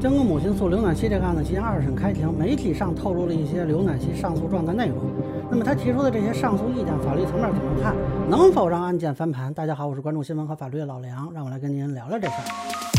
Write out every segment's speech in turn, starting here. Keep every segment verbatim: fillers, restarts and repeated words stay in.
江歌母亲诉刘暖熙这个案子即将二审开庭，媒体上透露了一些刘暖熙上诉状的内容。那么他提出的这些上诉意见，法律层面怎么看？能否让案件翻盘？大家好，我是关注新闻和法律的老梁，让我来跟您聊聊这事儿。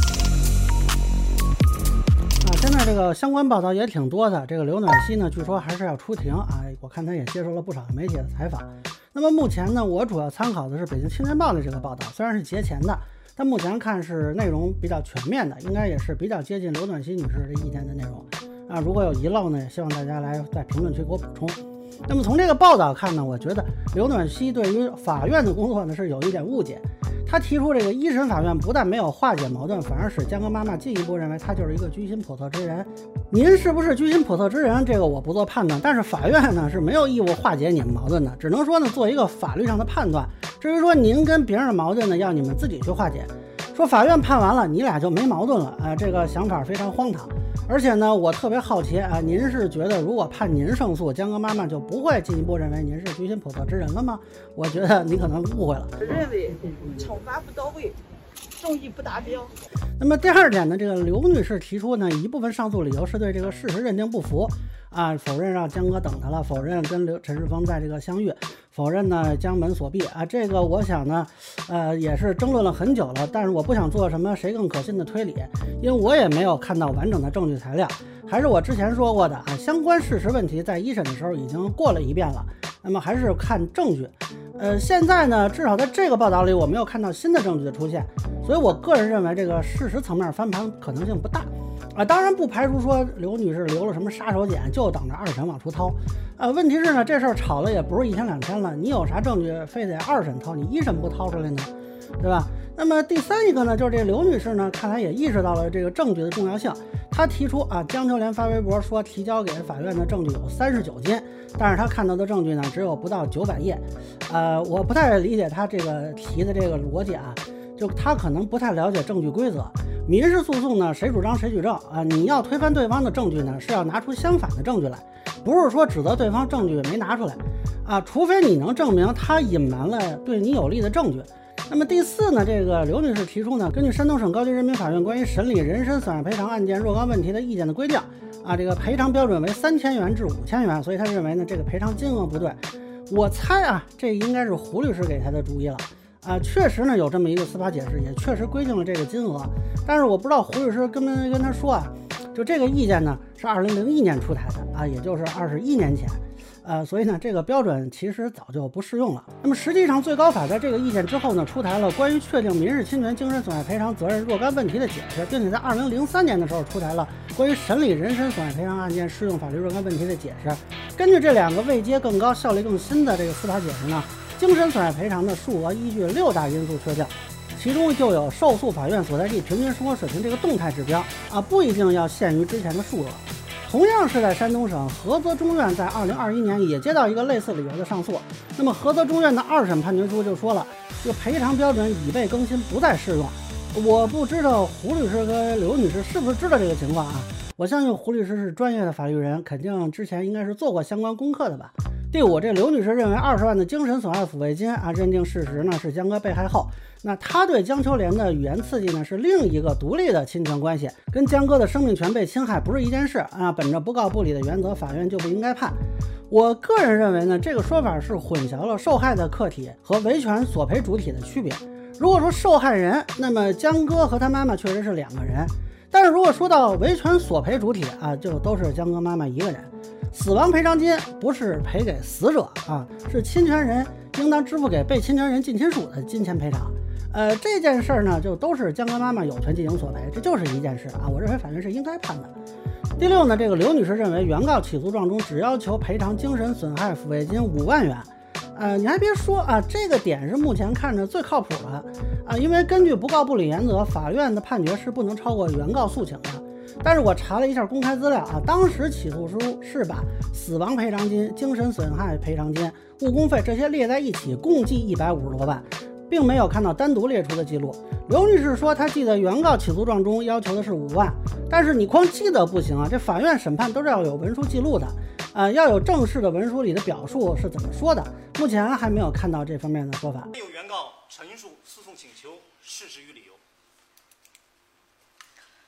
啊，现在这个相关报道也挺多的。这个刘暖熙呢，据说还是要出庭啊，我看他也接受了不少媒体的采访。那么目前呢，我主要参考的是北京青年报的这个报道，虽然是节前的。但目前看是内容比较全面的，应该也是比较接近刘暖熙女士的意见的内容啊。如果有遗漏呢，也希望大家来在评论区给我补充。那么从这个报道看呢，我觉得刘暖熙对于法院的工作呢是有一点误解。他提出这个一审法院不但没有化解矛盾，反而使江歌妈妈进一步认为他就是一个居心叵测之人。您是不是居心叵测之人，这个我不做判断，但是法院呢是没有义务化解你们矛盾的，只能说呢做一个法律上的判断。至于说您跟别人的矛盾呢，要你们自己去化解。说法院判完了，你俩就没矛盾了啊、呃，这个想法非常荒唐。而且呢，我特别好奇啊，您是觉得如果判您胜诉，江歌妈妈就不会进一步认为您是居心叵测之人了吗？我觉得你可能误会了。 认为惩罚不到位，正义不达标。 那么第二点呢，这个刘女士提出呢，一部分上诉理由是对这个事实认定不服啊，否认让江歌等她了，否认跟刘陈世峰在这个相遇，否认呢将门锁闭啊。这个我想呢，呃，也是争论了很久了，但是我不想做什么谁更可信的推理，因为我也没有看到完整的证据材料。还是我之前说过的啊，相关事实问题在一审的时候已经过了一遍了，那么还是看证据。呃，现在呢，至少在这个报道里，我没有看到新的证据的出现，所以我个人认为这个事实层面翻盘可能性不大啊。当然不排除说刘女士留了什么杀手锏，就等着二审往出掏。呃，问题是呢，这事儿吵了也不是一天两天了，你有啥证据非得二审掏，你一审不掏出来呢，对吧？那么第三一个呢，就是这刘女士呢，看来也意识到了这个证据的重要性。她提出啊，江秋莲发微博说提交给法院的证据有三十九斤，但是她看到的证据呢只有不到九百页。呃，我不太理解她这个提的这个逻辑啊，就她可能不太了解证据规则。民事诉讼呢，谁主张谁举证啊？你要推翻对方的证据呢，是要拿出相反的证据来，不是说指责对方证据没拿出来啊，除非你能证明他隐瞒了对你有利的证据。那么第四呢，这个刘女士提出呢，根据山东省高级人民法院关于审理人身损害赔偿案件若干问题的意见的规定啊，这个赔偿标准为三千元至五千元，所以她认为呢，这个赔偿金额不对。我猜啊，这应该是胡律师给她的主意了啊，确实呢有这么一个司法解释，也确实规定了这个金额，但是我不知道胡律师跟没跟他说啊，就这个意见呢是二零零一年出台的啊，也就是二十一年前。呃，所以呢，这个标准其实早就不适用了。那么实际上，最高法在这个意见之后呢，出台了关于确定民事侵权精神损害赔偿责任若干问题的解释，并且在二零零三年的时候出台了关于审理人身损害赔偿案件适用法律若干问题的解释。根据这两个位阶更高、效力更新的这个司法解释呢，精神损害赔偿的数额依据六大因素确定，其中就有受诉法院所在地平均生活水平这个动态指标啊，不一定要限于之前的数额。同样是在山东省，菏泽中院在二零二一年也接到一个类似理由的上诉。那么菏泽中院的二审判决书就说了，这个赔偿标准已被更新，不再适用。我不知道胡律师和刘女士是不是知道这个情况啊？我相信胡律师是专业的法律人，肯定之前应该是做过相关功课的吧。第五，这刘女士认为二十万的精神损害抚慰金啊，认定事实呢是江歌被害后，那她对江秋莲的语言刺激呢是另一个独立的侵权关系，跟江歌的生命权被侵害不是一件事啊。本着不告不理的原则，法院就不应该判。我个人认为呢，这个说法是混淆了受害的客体和维权索赔主体的区别。如果说受害人，那么江歌和他妈妈确实是两个人，但是如果说到维权索赔主体啊，就都是江歌妈妈一个人。死亡赔偿金不是赔给死者啊，是侵权人应当支付给被侵权人近亲属的金钱赔偿。呃，这件事呢，就都是江歌妈妈有权进行索赔，这就是一件事啊。我认为法院是应该判的。第六呢，这个刘女士认为原告起诉状中只要求赔偿精神损害抚慰金五万元。呃，你还别说啊，这个点是目前看着最靠谱的啊，因为根据不告不理原则，法院的判决是不能超过原告诉请的。但是我查了一下公开资料啊，当时起诉书是把死亡赔偿金、精神损害赔偿金、误工费这些列在一起，共计一百五十多万，并没有看到单独列出的记录。刘女士说，她记得原告起诉状中要求的是五万，但是你光记得不行啊，这法院审判都是要有文书记录的，呃，要有正式的文书里的表述是怎么说的。目前还没有看到这方面的说法。 有原告陈述诉讼请求事实与理由。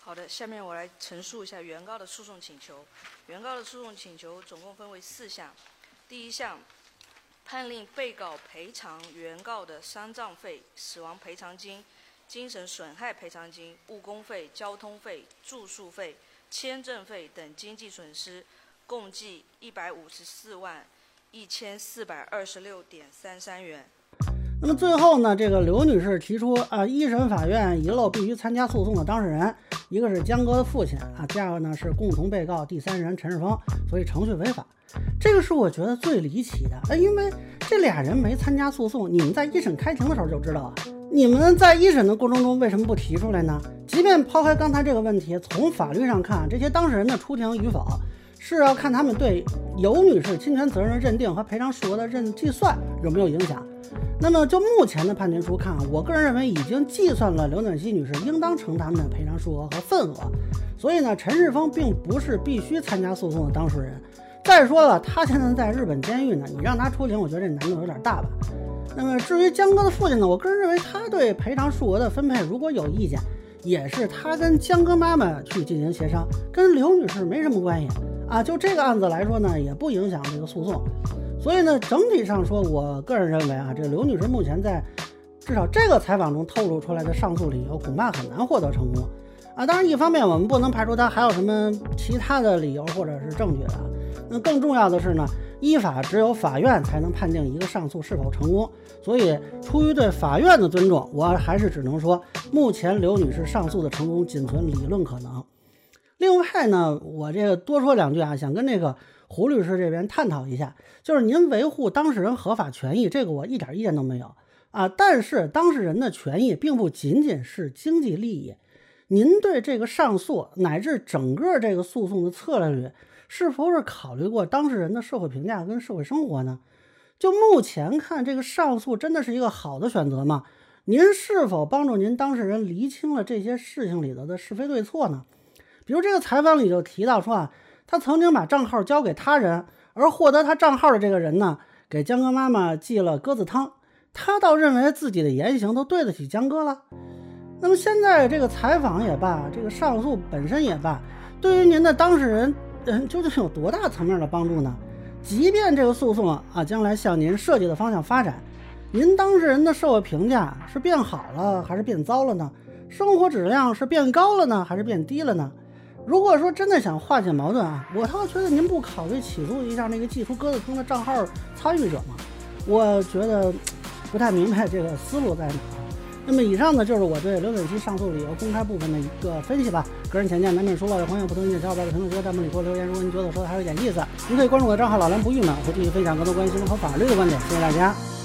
好的，下面我来陈述一下原告的诉讼请求。原告的诉讼请求总共分为四项。第一项，判令被告赔偿原告的丧葬费、死亡赔偿金、精神损害赔偿金、误工费、交通费、住宿费、签证费等经济损失，共计一百五十四万一千四百二十六点三三元。 那么最后呢，这个刘女士提出啊，一审法院遗漏必须参加诉讼的当事人，一个是江歌的父亲啊，第二个呢是共同被告第三人陈世峰，所以程序违法。这个是我觉得最离奇的，呃，因为这俩人没参加诉讼，你们在一审开庭的时候就知道啊。你们在一审的过程中为什么不提出来呢？即便抛开刚才这个问题，从法律上看，这些当事人的出庭与否是要看他们对尤女士侵权责任的认定和赔偿数额的认计算有没有影响。那么就目前的判决书看，我个人认为已经计算了刘暖熙女士应当承担的赔偿数额和份额，所以呢，陈世峰并不是必须参加诉讼的当事人。再说了，他现在在日本监狱呢，你让他出庭，我觉得这难度有点大吧。那么至于江歌的父亲呢，我个人认为他对赔偿数额的分配如果有意见，也是他跟江歌妈妈去进行协商，跟刘女士没什么关系啊。就这个案子来说呢，也不影响这个诉讼。所以呢，整体上说，我个人认为啊，这个刘女士目前在至少这个采访中透露出来的上诉理由，恐怕很难获得成功啊。当然，一方面我们不能排除她还有什么其他的理由或者是证据的。那更重要的是呢，依法只有法院才能判定一个上诉是否成功。所以，出于对法院的尊重，我还是只能说，目前刘女士上诉的成功仅存理论可能。另外呢，我这个多说两句啊，想跟这个胡律师这边探讨一下，就是您维护当事人合法权益，这个我一点意见都没有啊。但是当事人的权益并不仅仅是经济利益，您对这个上诉乃至整个这个诉讼的策略，是否是考虑过当事人的社会评价跟社会生活呢？就目前看，这个上诉真的是一个好的选择吗？您是否帮助您当事人厘清了这些事情里头的是非对错呢？比如这个采访里就提到说啊，他曾经把账号交给他人，而获得他账号的这个人呢，给江歌妈妈寄了鸽子汤，他倒认为自己的言行都对得起江歌了。那么现在这个采访也罢，这个上诉本身也罢，对于您的当事人，嗯，究竟有多大层面的帮助呢？即便这个诉讼啊，将来向您设计的方向发展，您当事人的社会评价是变好了还是变糟了呢？生活质量是变高了呢还是变低了呢？如果说真的想化解矛盾啊，我倒觉得您不考虑起诉一下那个寄出鸽子汤的账号参与者吗？我觉得不太明白这个思路在哪。那么以上呢，就是我对刘暖熙上诉理由公开部分的一个分析吧。个人浅见难免说了，有朋友不同意见，小伙伴在评论区和弹幕里给我留言。如果您觉得我说的还有点意思，您可以关注我的账号老蓝不郁闷，我会继续分享更多关于新闻和法律的观点。谢谢大家。